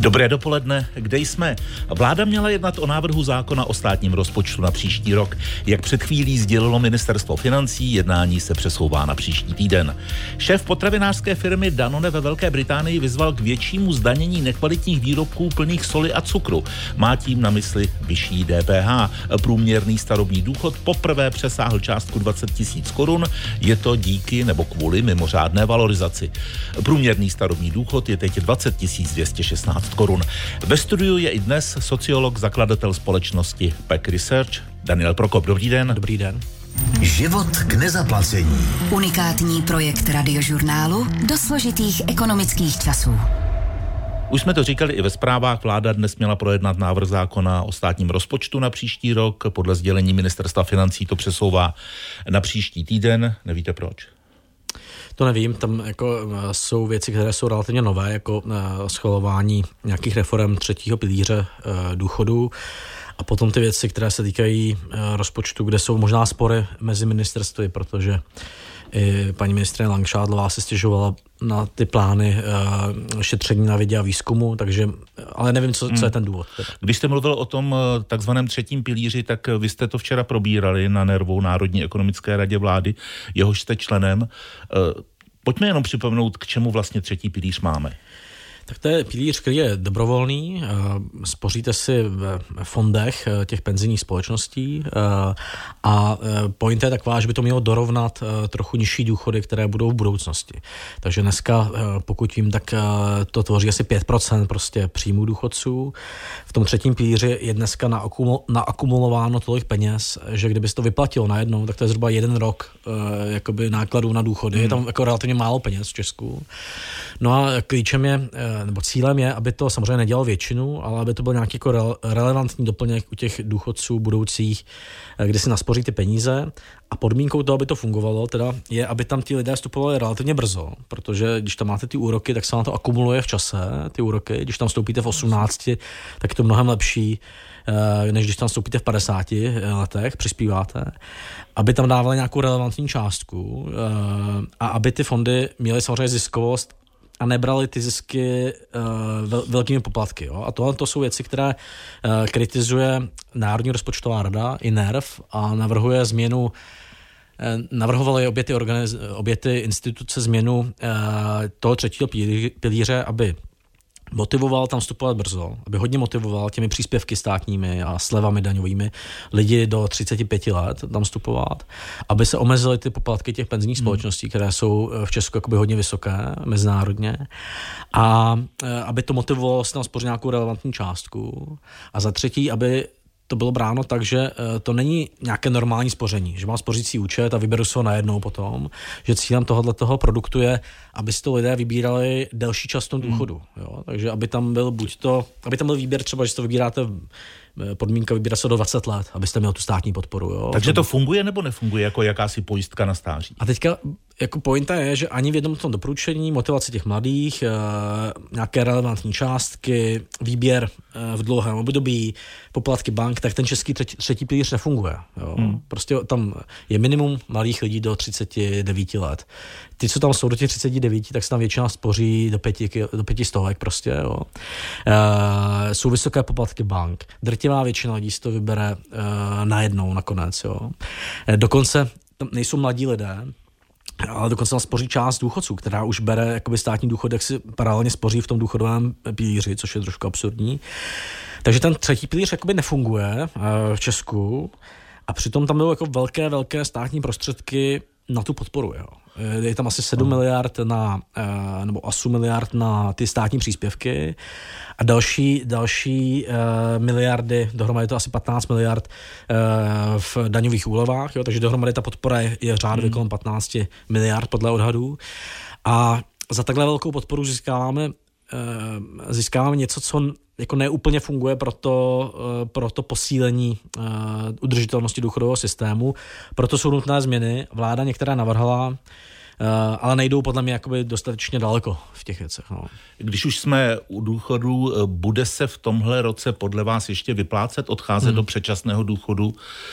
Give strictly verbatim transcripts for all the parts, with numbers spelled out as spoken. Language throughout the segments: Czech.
Dobré dopoledne, kde jsme? Vláda měla jednat o návrhu zákona o státním rozpočtu na příští rok. Jak před chvílí sdělilo ministerstvo financí, jednání se přesouvá na příští týden. Šéf potravinářské firmy Danone ve Velké Británii vyzval k většímu zdanění nekvalitních výrobků plných soli a cukru. Má tím na mysli vyšší D P H. Průměrný starobní důchod poprvé přesáhl částku dvacet tisíc korun. Je to díky nebo kvůli mimořádné valorizaci. Průměrný starobní důchod je teď dvacet tisíc dvě stě šestnáct korun. Ve studiu je i dnes sociolog, zakladatel společnosti P E C Research Daniel Prokop. Dobrý den. Dobrý den. Život k nezaplacení. Unikátní projekt Radiožurnálu do složitých ekonomických časů. Už jsme to říkali i ve zprávách, vláda dnes měla projednat návrh zákona o státním rozpočtu na příští rok. Podle sdělení ministerstva financí to přesouvá na příští týden. Nevíte proč? To nevím, tam jako jsou věci, které jsou relativně nové, jako schvalování nějakých reforem třetího pilíře důchodů a potom ty věci, které se týkají rozpočtu, kde jsou možná spory mezi ministerstvy, protože i paní ministryně Langšádlová se stěžovala na ty plány uh, šetření na vědě a výzkumu, takže, ale nevím, co, co je ten důvod. Když jste mluvil o tom takzvaném třetím pilíři, tak vy jste to včera probírali na Nervu Národní ekonomické radě vlády, jehož jste členem. Uh, pojďme jenom připomenout, k čemu vlastně třetí pilíř máme. Tak to je pilíř, který je dobrovolný, spoříte si ve fondech těch penzijních společností a point je taková, že by to mělo dorovnat trochu nižší důchody, které budou v budoucnosti. Takže dneska, pokud vím, tak to tvoří asi pět procent prostě příjmů důchodců. V tom třetím pilíři je dneska naakumulováno tolik peněz, že kdyby se to vyplatilo najednou, tak to je zhruba jeden rok jakoby nákladů na důchody. Hmm. Je tam jako relativně málo peněz v Česku. No a klíčem je, nebo cílem je, aby to samozřejmě nedělalo většinu, ale aby to byl nějaký jako rele- relevantní doplněk u těch důchodců budoucích, kdy si naspoří ty peníze. A podmínkou toho, aby to fungovalo, teda je, aby tam ti lidé vstupovali relativně brzo, protože když tam máte ty úroky, tak se vám to akumuluje v čase, ty úroky. Když tam vstoupíte v osmnácti, tak je to mnohem lepší, než když tam vstoupíte v padesáti letech, přispíváte, aby tam dávali nějakou relevantní částku a aby ty fondy měly samozřejmě ziskovost a nebrali ty zisky uh, vel, velkými poplatky. Jo? A tohle to jsou věci, které uh, kritizuje Národní rozpočtová rada i NERV a navrhuje změnu, uh, navrhovaly obě ty, organiz, obě ty instituce změnu uh, toho třetího pilíře, aby motivoval tam vstupovat brzo, aby hodně motivoval těmi příspěvky státními a slevami daňovými lidi do třicet pět let tam vstupovat, aby se omezily ty poplatky těch penzijních hmm. společností, které jsou v Česku jakoby hodně vysoké mezinárodně, a aby to motivovalo se tam spořit nějakou relevantní částku. A za třetí, aby to bylo bráno tak, že to není nějaké normální spoření, že mám spořící účet a vyberu se ho najednou potom, že cílem tohoto produktu je, aby si to lidé vybírali delší čas v tom důchodu. Jo? Takže aby tam byl buď to, aby tam byl výběr třeba, že si to vybíráte, podmínka vybírá se do dvacet let, abyste měl tu státní podporu. Jo? Takže to funguje nebo nefunguje jako jakási pojistka na stáří? A teďka jako pointa je, že ani v jednom tom doporučení motivace těch mladých, e, nějaké relevantní částky, výběr e, v dlouhém období, poplatky bank, tak ten český třetí, třetí pilíř nefunguje. Jo. Hmm. Prostě tam je minimum malých lidí do třicet devět let. Ty, co tam jsou do těch třicet devět, tak se tam většina spoří do pěti, do pěti stovek prostě. Jo. E, jsou vysoké poplatky bank. Drtivá většina lidí si to vybere e, najednou nakonec. Jo. E, dokonce tam nejsou mladí lidé, ale dokonce tam spoří část důchodců, která už bere jakoby státní důchod, jak si paralelně spoří v tom důchodovém pilíři, což je trošku absurdní. Takže ten třetí pilíř jakoby nefunguje v Česku a přitom tam bylo jako velké, velké státní prostředky na tu podporu. Jo. Je tam asi sedm miliard na, nebo osm miliard na ty státní příspěvky a další, další uh, miliardy, dohromady je to asi patnáct miliard uh, v daňových úlevách, jo, takže dohromady ta podpora je, je řádově kolem patnáct miliard podle odhadů. A za takhle velkou podporu získáváme, uh, získáváme něco, co jako neúplně funguje pro to, uh, pro to posílení uh, udržitelnosti důchodového systému. Proto jsou nutné změny. Vláda některé navrhla, ale nejdou podle mě jakoby dostatečně daleko v těch věcech. No. Když už jsme u důchodu, bude se v tomhle roce podle vás ještě vyplácet, odcházet hmm. do předčasného důchodu,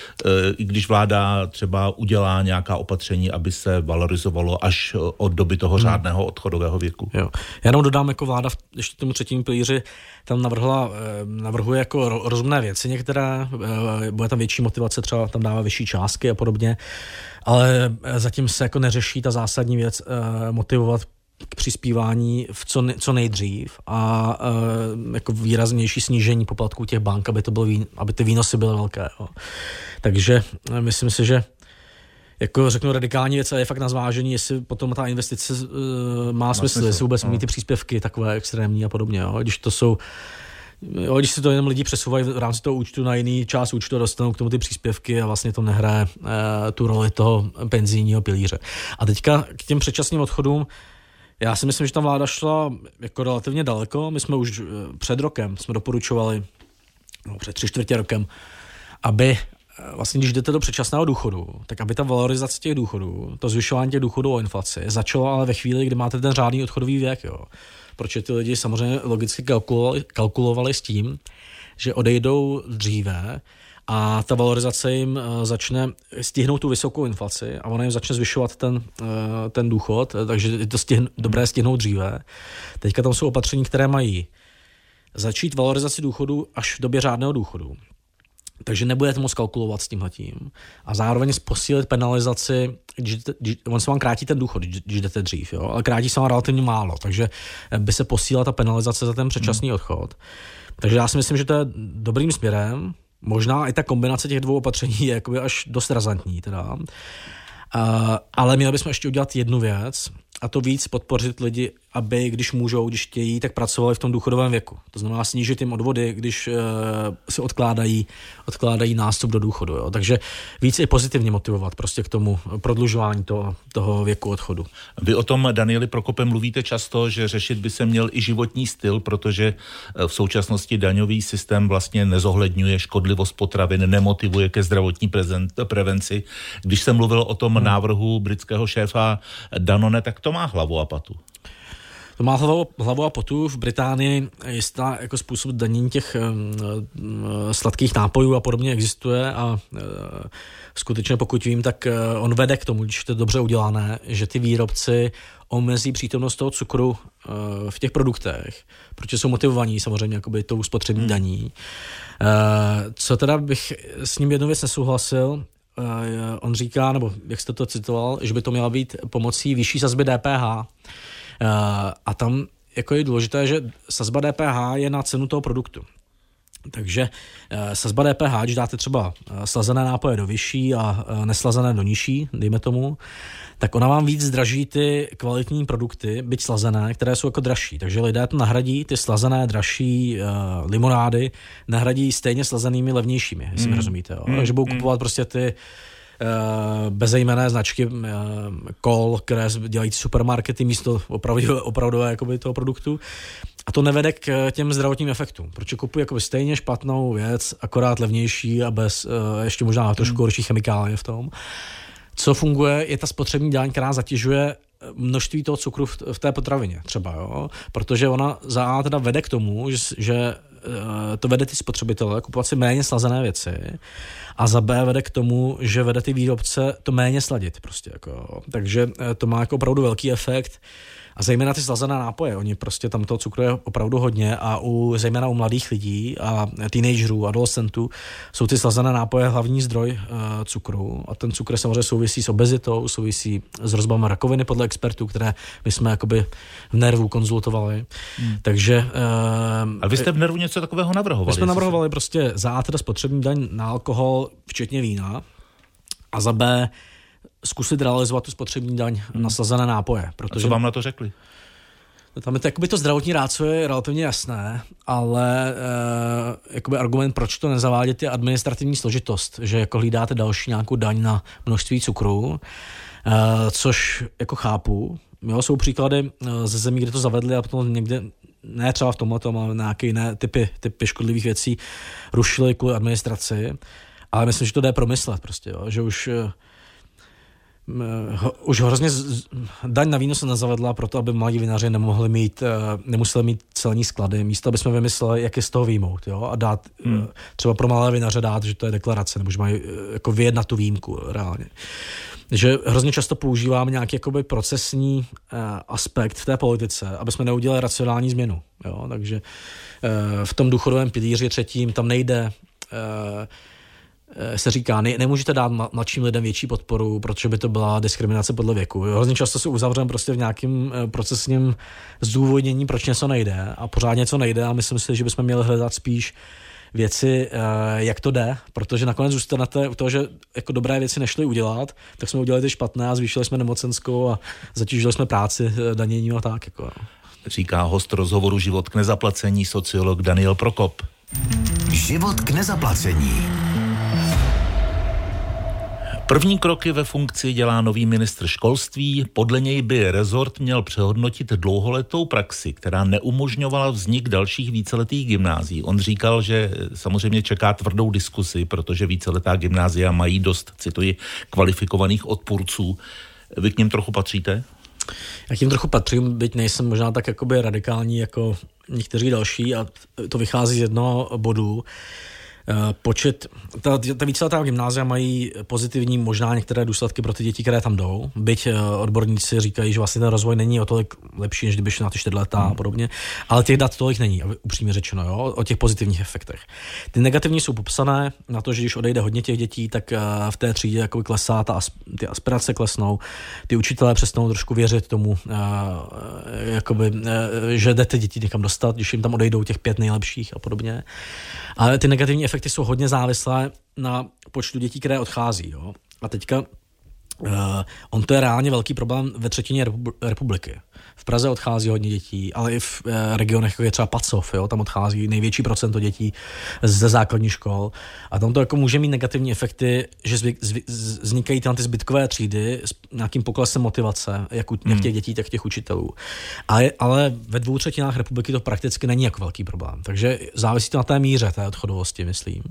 i když vláda třeba udělá nějaká opatření, aby se valorizovalo až od doby toho hmm. řádného odchodového věku? Jo. Já jenom dodám, jako vláda v ještě tomu třetím pilíři tam navrhla, navrhuje jako rozumné věci některé, bude tam větší motivace, třeba tam dává vyšší částky a podobně, ale zatím se jako neřeší ta zásadní věc motivovat k přispívání v co, ne, co nejdřív a jako výraznější snížení poplatků těch bank, aby to bylo, aby ty výnosy byly velké. Jo. Takže myslím si, že jako řeknu radikální věc a je fakt na zvážení, jestli potom ta investice uh, má, má smysl, smysl, jestli vůbec no. mít ty příspěvky takové extrémní a podobně. Jo. Když to jsou, jo, když si to jenom lidi přesouvají v rámci toho účtu na jiný část účtu, dostanou k tomu ty příspěvky a vlastně to nehraje uh, tu roli toho penzijního pilíře. A teďka k těm předčasným odchodům, já si myslím, že ta vláda šla jako relativně daleko. My jsme už před rokem, jsme doporučovali, no, před tři čtvrtě rokem, aby vlastně, když jdete do předčasného důchodu, tak aby ta valorizace těch důchodů, to zvyšování těch důchodů o inflaci, začalo ale ve chvíli, kdy máte ten řádný odchodový věk. Jo. Protože ty lidi samozřejmě logicky kalkulovali, kalkulovali s tím, že odejdou dříve a ta valorizace jim začne stihnout tu vysokou inflaci a ona jim začne zvyšovat ten, ten důchod, takže je to stihn, dobré stihnout dříve. Teďka tam jsou opatření, které mají začít valorizaci důchodu až v době řádného důchodu. Takže nebudete moc kalkulovat s tímhletím. A zároveň posílit penalizaci, když, když, on se vám krátí ten důchod, když, když jdete dřív, jo? Ale krátí se vám relativně málo, takže by se posílila ta penalizace za ten předčasný hmm. odchod. Takže já si myslím, že to je dobrým směrem. Možná i ta kombinace těch dvou opatření je jakoby až dost razantní. Teda. Uh, ale měli bychom ještě udělat jednu věc, a to víc podpořit lidi, aby když můžou, když chtějí, tak pracovali v tom důchodovém věku. To znamená snížit jim odvody, když uh, si odkládají, odkládají nástup do důchodu. Jo. Takže víc i pozitivně motivovat prostě k tomu prodlužování toho, toho věku odchodu. Vy o tom, Danieli Prokope, mluvíte často, že řešit by se měl i životní styl, protože v současnosti daňový systém vlastně nezohledňuje škodlivost potravin, nemotivuje ke zdravotní prevenci. Když jsem mluvil o tom hmm. návrhu britského šéfa Danone, tak to má hlavu a patu. To má hlavu, hlavu a patu. V Británii jistá jako způsob danění těch um, sladkých nápojů a podobně existuje a uh, skutečně pokud vím, tak uh, on vede k tomu, když to je dobře udělané, že ty výrobci omezí přítomnost toho cukru uh, v těch produktech, protože jsou motivovaní samozřejmě jakoby tou spotřební hmm. daní. Uh, co teda bych s ním jednou věc nesouhlasil, uh, on říká, nebo jak jste to citoval, že by to měla být pomocí vyšší sazby D P H. Uh, a tam jako je důležité, že sazba D P H je na cenu toho produktu. Takže uh, sazba D P H, když dáte třeba uh, slazené nápoje do vyšší a uh, neslazené do nižší, dejme tomu, tak ona vám víc zdraží ty kvalitní produkty, byť slazené, které jsou jako dražší. Takže lidé to nahradí, ty slazené, dražší uh, limonády, nahradí stejně slazenými levnějšími, jestli mm. mi rozumíte. Jo? Mm. Takže budou kupovat prostě ty bezejmenné značky kol, které dělají supermarkety místo opravdu, opravdové jakoby, toho produktu. A to nevede k těm zdravotním efektům, protože kupují jakoby stejně špatnou věc, akorát levnější a bez ještě možná trošku horší chemikálie v tom. Co funguje, je ta spotřební daň, která zatěžuje množství toho cukru v té potravině třeba, jo? Protože ona za A teda vede k tomu, že, že to vede ty spotřebitele kupovat si méně slazené věci a za B vede k tomu, že vede ty výrobce to méně sladit prostě jako. Takže to má jako opravdu velký efekt a zejména ty slazené nápoje, oni prostě tam toho cukru je opravdu hodně a u, zejména u mladých lidí a teenagerů, adolescentů jsou ty slazené nápoje hlavní zdroj uh, cukru a ten cukr samozřejmě souvisí s obezitou, souvisí s hrozbami rakoviny podle expertů, které my jsme jakoby v Nervu konzultovali. Hmm. Takže... Uh, a vy jste v Nervu něco takového navrhovali? My jsme navrhovali prostě za A teda spotřební daň na alkohol, včetně vína a za B zkusit realizovat tu spotřební daň hmm. na slazené nápoje. Protože a co vám na to řekli? Tam je to, jakoby to zdravotní rácio je relativně jasné, ale e, jakoby argument, proč to nezavádět, je administrativní složitost, že jako hlídáte další nějakou daň na množství cukru, e, což jako chápu. Jo, jsou příklady ze zemí, kde to zavedli a potom někde, ne třeba v tomhletom, ale nějaké jiné typy, typy škodlivých věcí rušili kvůli administraci, ale myslím, že to jde promyslet prostě, jo, že už už hrozně z, daň na víno se nezavedla proto, aby mladí vinaři nemohli mít, nemuseli mít celní sklady. Místo, aby jsme vymysleli, jak je z toho výjmout, jo? A dát, hmm. třeba pro malé vinaře dát, že to je deklarace, nebo že mají jako vyjednat tu výjimku reálně. Že hrozně často používáme nějaký jakoby procesní eh, aspekt v té politice, aby jsme neudělali racionální změnu. Jo? Takže eh, v tom důchodovém pilíři třetím tam nejde, eh, se říká, ne, nemůžete dát mladším lidem větší podporu, protože by to byla diskriminace podle věku. Hrozně často se uzavřeme prostě v nějakém eh, procesním zdůvodnění, proč něco nejde a pořád něco nejde a myslím si, že bychom měli hledat spíš věci, jak to jde, protože nakonec zůstanete u toho, že jako dobré věci nešly udělat, tak jsme udělali ty špatné a zvýšili jsme nemocenskou a zatížili jsme práci daněním a tak. Jako. Říká host rozhovoru Život k nezaplacení sociolog Daniel Prokop. Život k nezaplacení. První kroky ve funkci dělá nový ministr školství. Podle něj by rezort měl přehodnotit dlouholetou praxi, která neumožňovala vznik dalších víceletých gymnázií. On říkal, že samozřejmě čeká tvrdou diskusi, protože víceletá gymnázia mají dost, cituji, kvalifikovaných odpůrců. Vy k něm trochu patříte? Já k něm trochu patřím, byť nejsem možná tak jakoby radikální jako někteří další a to vychází z jednoho bodu. Počet, ta, ta víceletá gymnázia mají pozitivní možná některé důsledky pro ty děti, které tam jdou, byť odborníci říkají, že vlastně ten rozvoj není o tolik lepší, než kdyby šli na ty čtyřletá hmm. a podobně, ale těch dat tolik není, upřímně řečeno, jo, o těch pozitivních efektech. Ty negativní jsou popsané na to, že když odejde hodně těch dětí, tak v té třídě jakoby klesá, ta, ty aspirace klesnou, ty učitelé přestanou trošku věřit tomu, jakoby, že jde ty děti někam dostat, když jim tam odejdou těch pět nejlepších a podobně. Ale ty negativní efekty jsou hodně závislé na počtu dětí, které odchází. Jo? A teďka uh, on to je reálně velký problém ve třetině republiky. V Praze odchází hodně dětí, ale i v uh, regionech, jako je třeba Pacov, jo? Tam odchází největší procento dětí ze základních škol. A tam to jako může mít negativní efekty, že zvy, zvy, vznikají tam ty zbytkové třídy s nějakým poklesem motivace, jak, u, jak těch dětí, tak těch učitelů. Ale, ale ve dvou třetinách republiky to prakticky není jako velký problém. Takže závisí to na té míře té odchodovosti, myslím.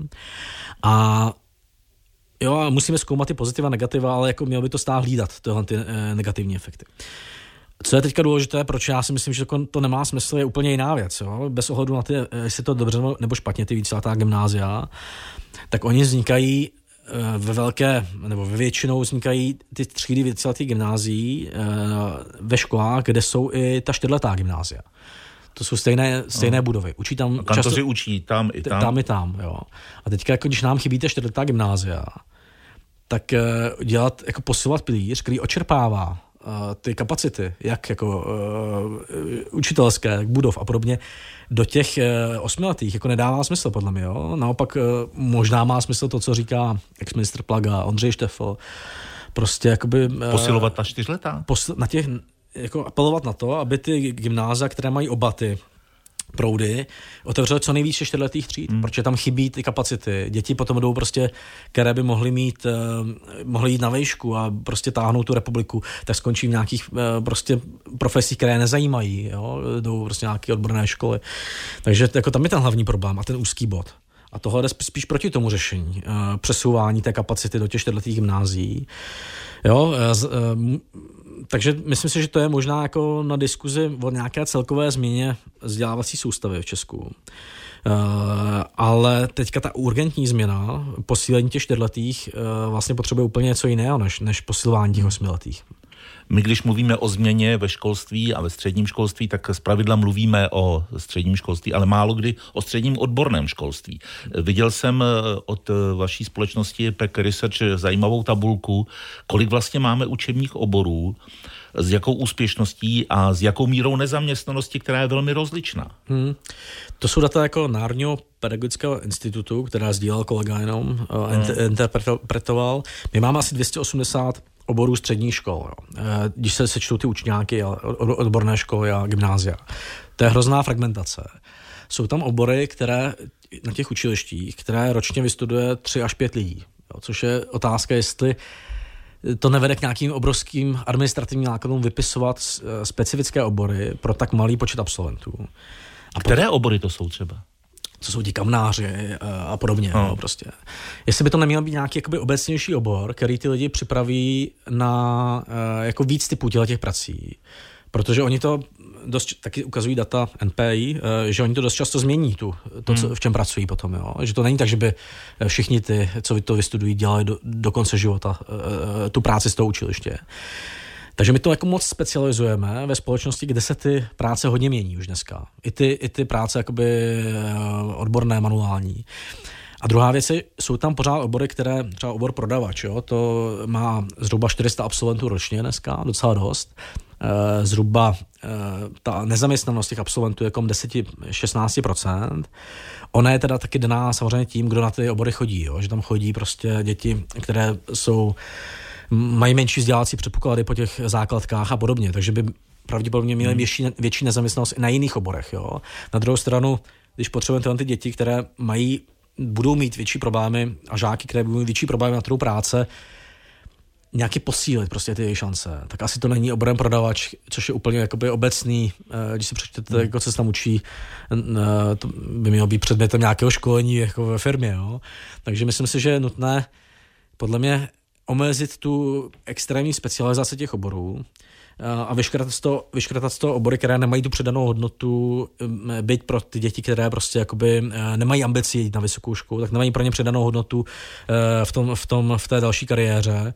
A jo, musíme zkoumat ty pozitiva, negativa, ale jako mělo by to stát hlídat tyhle ty e, negativní efekty. Co je teďka důležité, proč já si myslím, že to, to nemá smysl, je úplně jiná věc. Jo? Bez ohledu na ty, jestli to dobře nebo špatně, ty víceletá gymnázia, tak oni vznikají ve velké, nebo ve většinou vznikají ty třídy víceletých gymnázií ve školách, kde jsou i ta čtyřletá gymnázia. To jsou stejné, stejné no. budovy. Učí tam a kantoři často, učí tam i tam. Tam i tam, jo. A teďka, jako když nám chybí ta čtyřletá gymnázia, tak dělat, jako posilovat pilíř, který očerpává ty kapacity, jak jako uh, učitelské, tak budov a podobně, do těch uh, osmiletých, jako nedává smysl podle mě, jo. Naopak uh, možná má smysl to, co říká ex-ministr Plaga, Ondřej Štefel, prostě jakoby... Uh, posilovat ta čtyřletá? Posil, na těch, jako apelovat na to, aby ty gymnázia, které mají oba ty proudy, otevřeli co nejvíce čtyřletých tříd, hmm. protože tam chybí ty kapacity. Děti potom jdou prostě, které by mohly mít, uh, mohly jít na vejšku a prostě táhnout tu republiku, tak skončí v nějakých uh, prostě profesích, které nezajímají, jo? Jdou prostě nějaké odborné školy. Takže jako tam je ten hlavní problém a ten úzký bod. A tohle jde spíš proti tomu řešení. Uh, přesouvání té kapacity do těch čtyřletých gymnázií. Jo, uh, uh, takže myslím si, že to je možná jako na diskuzi o nějaké celkové změně vzdělávací soustavy v Česku. Uh, ale teďka ta urgentní změna, posílení těch čtyřletých, uh, vlastně potřebuje úplně něco jiného, než, než posilování těch osmiletých. My, když mluvíme o změně ve školství a ve středním školství, tak zpravidla mluvíme o středním školství, ale málo kdy o středním odborném školství. Viděl jsem od vaší společnosti P E C Research zajímavou tabulku, kolik vlastně máme učebních oborů, s jakou úspěšností a s jakou mírou nezaměstnanosti, která je velmi rozličná. Hmm. To jsou data jako Národního pedagogického institutu, která sdílel kolega jenom, hmm. interpretoval. My máme asi dvě stě osmdesát oborů středních škol, jo. Když se sečtou ty učňáky, odborné školy a gymnázia. To je hrozná fragmentace. Jsou tam obory, které na těch učilištích, které ročně vystuduje tři až pět lidí, jo, což je otázka, jestli to nevede k nějakým obrovským administrativním nákladům vypisovat specifické obory pro tak malý počet absolventů. A které potom, obory to jsou třeba? co jsou ti kamnáři a podobně. No. No, prostě. Jestli by to neměl být nějaký jakoby obecnější obor, který ty lidi připraví na jako víc typů těch prací. Protože oni to dost taky ukazují data N P I, že oni to dost často změní, tu, to, co, v čem pracují potom. Jo? Že to není tak, že by všichni ty, co to vystudují, dělali do, do konce života tu práci z toho učiliště. Takže my to jako moc specializujeme ve společnosti, kde se ty práce hodně mění už dneska. I ty, i ty práce jakoby odborné, manuální. A druhá věc je, jsou tam pořád obory, které, třeba obor prodavač, jo? To má zhruba čtyři sta absolventů ročně dneska, docela dost. E, zhruba e, ta nezaměstnanost těch absolventů je kolem deset až šestnáct procent. Ona je teda taky daná samozřejmě tím, kdo na ty obory chodí, jo? Že tam chodí prostě děti, které jsou mají menší vzdělávací předpoklady po těch základkách a podobně, takže by pravděpodobně měly větší, větší nezaměstnanost i na jiných oborech. Jo? Na druhou stranu, když potřebujeme ty děti, které mají, budou mít větší problémy a žáky, které budou mít větší problémy na trhu práce, nějaký posílit prostě ty jejich šance. Tak asi to není oborem prodavač, což je úplně jakoby obecný, když si přečtete, jako co se tam učí, to by mělo být předmětem nějakého školení jako ve firmě. Jo? Takže myslím si, že je nutné podle mě omezit tu extrémní specializaci těch oborů a vyškratat z toho, vyškratat z toho obory, které nemají tu předanou hodnotu, byť pro ty děti, které prostě jakoby nemají ambici jít na vysokou školu, tak nemají pro ně předanou hodnotu v, tom, v, tom, v té další kariéře.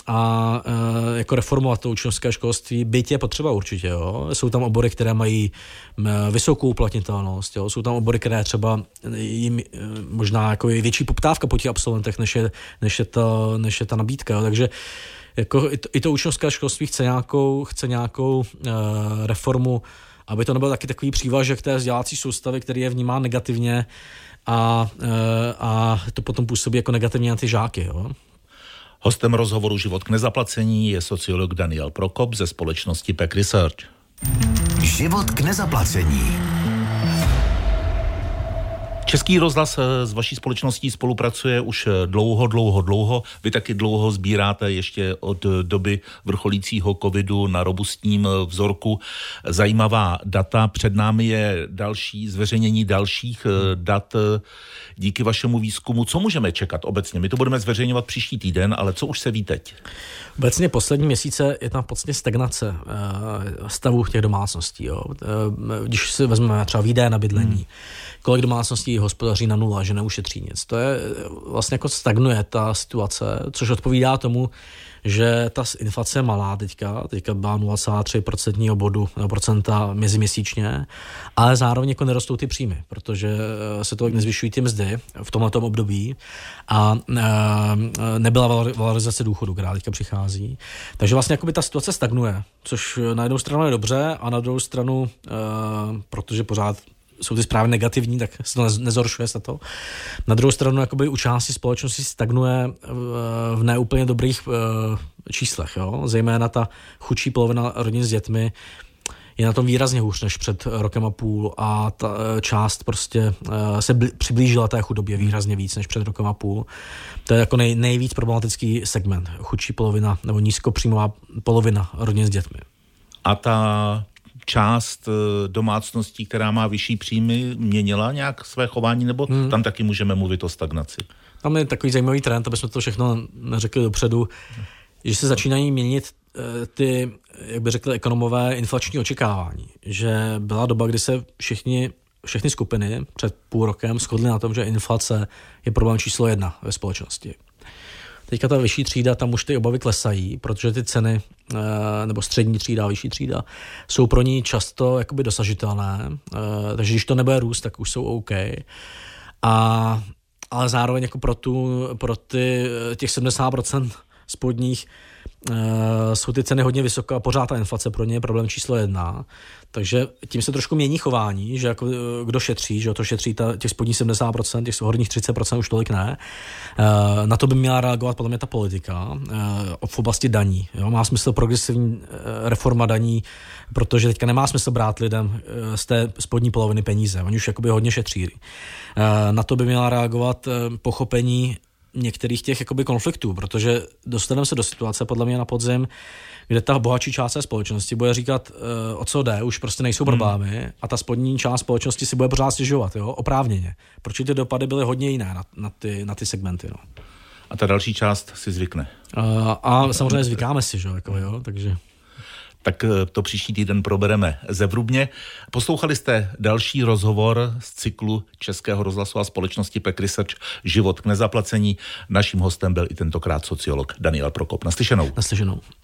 A e, jako reformovat to učňovské školství, byť je potřeba určitě. Jo. Jsou tam obory, které mají e, vysokou uplatnitelnost. Jo. Jsou tam obory, které třeba jim e, možná jako je větší poptávka po těch absolventech, než je, než je, ta, než je ta nabídka. Jo. Takže jako i, to, i to učňovské školství chce nějakou, chce nějakou e, reformu, aby to nebyl taky takový přívažek té vzdělávací soustavy, který je vnímán negativně a, e, a to potom působí jako negativně na ty žáky. Jo. Hostem rozhovoru Život k nezaplacení je sociolog Daniel Prokop ze společnosti P E C Research. Život k nezaplacení. Český rozhlas s vaší společností spolupracuje už dlouho, dlouho, dlouho. Vy taky dlouho sbíráte ještě od doby vrcholícího covidu na robustním vzorku zajímavá data. Před námi je další zveřejnění dalších dat díky vašemu výzkumu. Co můžeme čekat obecně? My to budeme zveřejňovat příští týden, ale co už se ví teď? Obecně poslední měsíce je tam v podstatě stagnace stavu těch domácností. Jo. Když si vezmeme třeba výdaje na bydlení, hmm. kolik domácností hospodaří na nula, že neušetří nic. To je vlastně jako stagnuje ta situace, což odpovídá tomu, že ta inflace je malá teďka, teďka byla nula celá tři procentního bodu procenta meziměsíčně, ale zároveň jako nerostou ty příjmy, protože se tolik nezvyšují ty mzdy v tomhletom období a nebyla valorizace důchodu, která teďka přichází. Takže vlastně jakoby ta situace stagnuje, což na jednu stranu je dobře a na druhou stranu, protože pořád jsou ty zprávy negativní, tak se to nezhoršuje se to. Na druhou stranu jakoby u části společnosti stagnuje v neúplně dobrých číslech. Jo? Zejména ta chudší polovina rodin s dětmi je na tom výrazně hůř než před rokem a půl a ta část prostě se bl- přiblížila té chudobě výrazně víc než před rokem a půl. To je jako nej, nejvíc problematický segment. Chudší polovina nebo nízkopříjmová polovina rodin s dětmi. A ta část domácností, která má vyšší příjmy, měnila nějak své chování, nebo hmm. tam taky můžeme mluvit o stagnaci? Tam je takový zajímavý trend, aby jsme to všechno neřekli dopředu, že se začínají měnit ty, jak by řekli ekonomové, inflační očekávání. Že byla doba, kdy se všichni, všechny skupiny před půl rokem shodly na tom, že inflace je problém číslo jedna ve společnosti. Teďka ta vyšší třída, tam už ty obavy klesají, protože ty ceny, nebo střední třída, vyšší třída, jsou pro ní často jakoby dosažitelné, takže když to nebude růst, tak už jsou OK. A, ale zároveň jako pro, tu, pro ty, těch sedmdesát procent spodních Uh, jsou ty ceny hodně vysoké a pořád ta inflace pro ně je problém číslo jedna. Takže tím se trošku mění chování, že jako kdo šetří, že to šetří ta, těch spodních sedmdesát procent, těch horních třicet procent už tolik ne. Uh, na to by měla reagovat podle mě ta politika uh, v oblasti daní. Jo? Má smysl progresivní uh, reforma daní, protože teďka nemá smysl brát lidem uh, z té spodní poloviny peníze. Oni už jakoby hodně šetří. Uh, na to by měla reagovat uh, pochopení některých těch jakoby konfliktů, protože dostaneme se do situace podle mě na podzim, kde ta bohatší část té společnosti bude říkat, o co jde, už prostě nejsou problémy hmm. a ta spodní část společnosti si bude pořád stěžovat, jo, oprávněně. Protože ty dopady byly hodně jiné na, na, ty, na ty segmenty. No. A ta další část si zvykne. A, a samozřejmě zvykáme si, že, jako, jo, takže... Tak to příští týden probereme zevrubně. Poslouchali jste další rozhovor z cyklu Českého rozhlasu a společnosti P E C Research Život k nezaplacení. Naším hostem byl i tentokrát sociolog Daniel Prokop. Naslyšenou. Naslyšenou.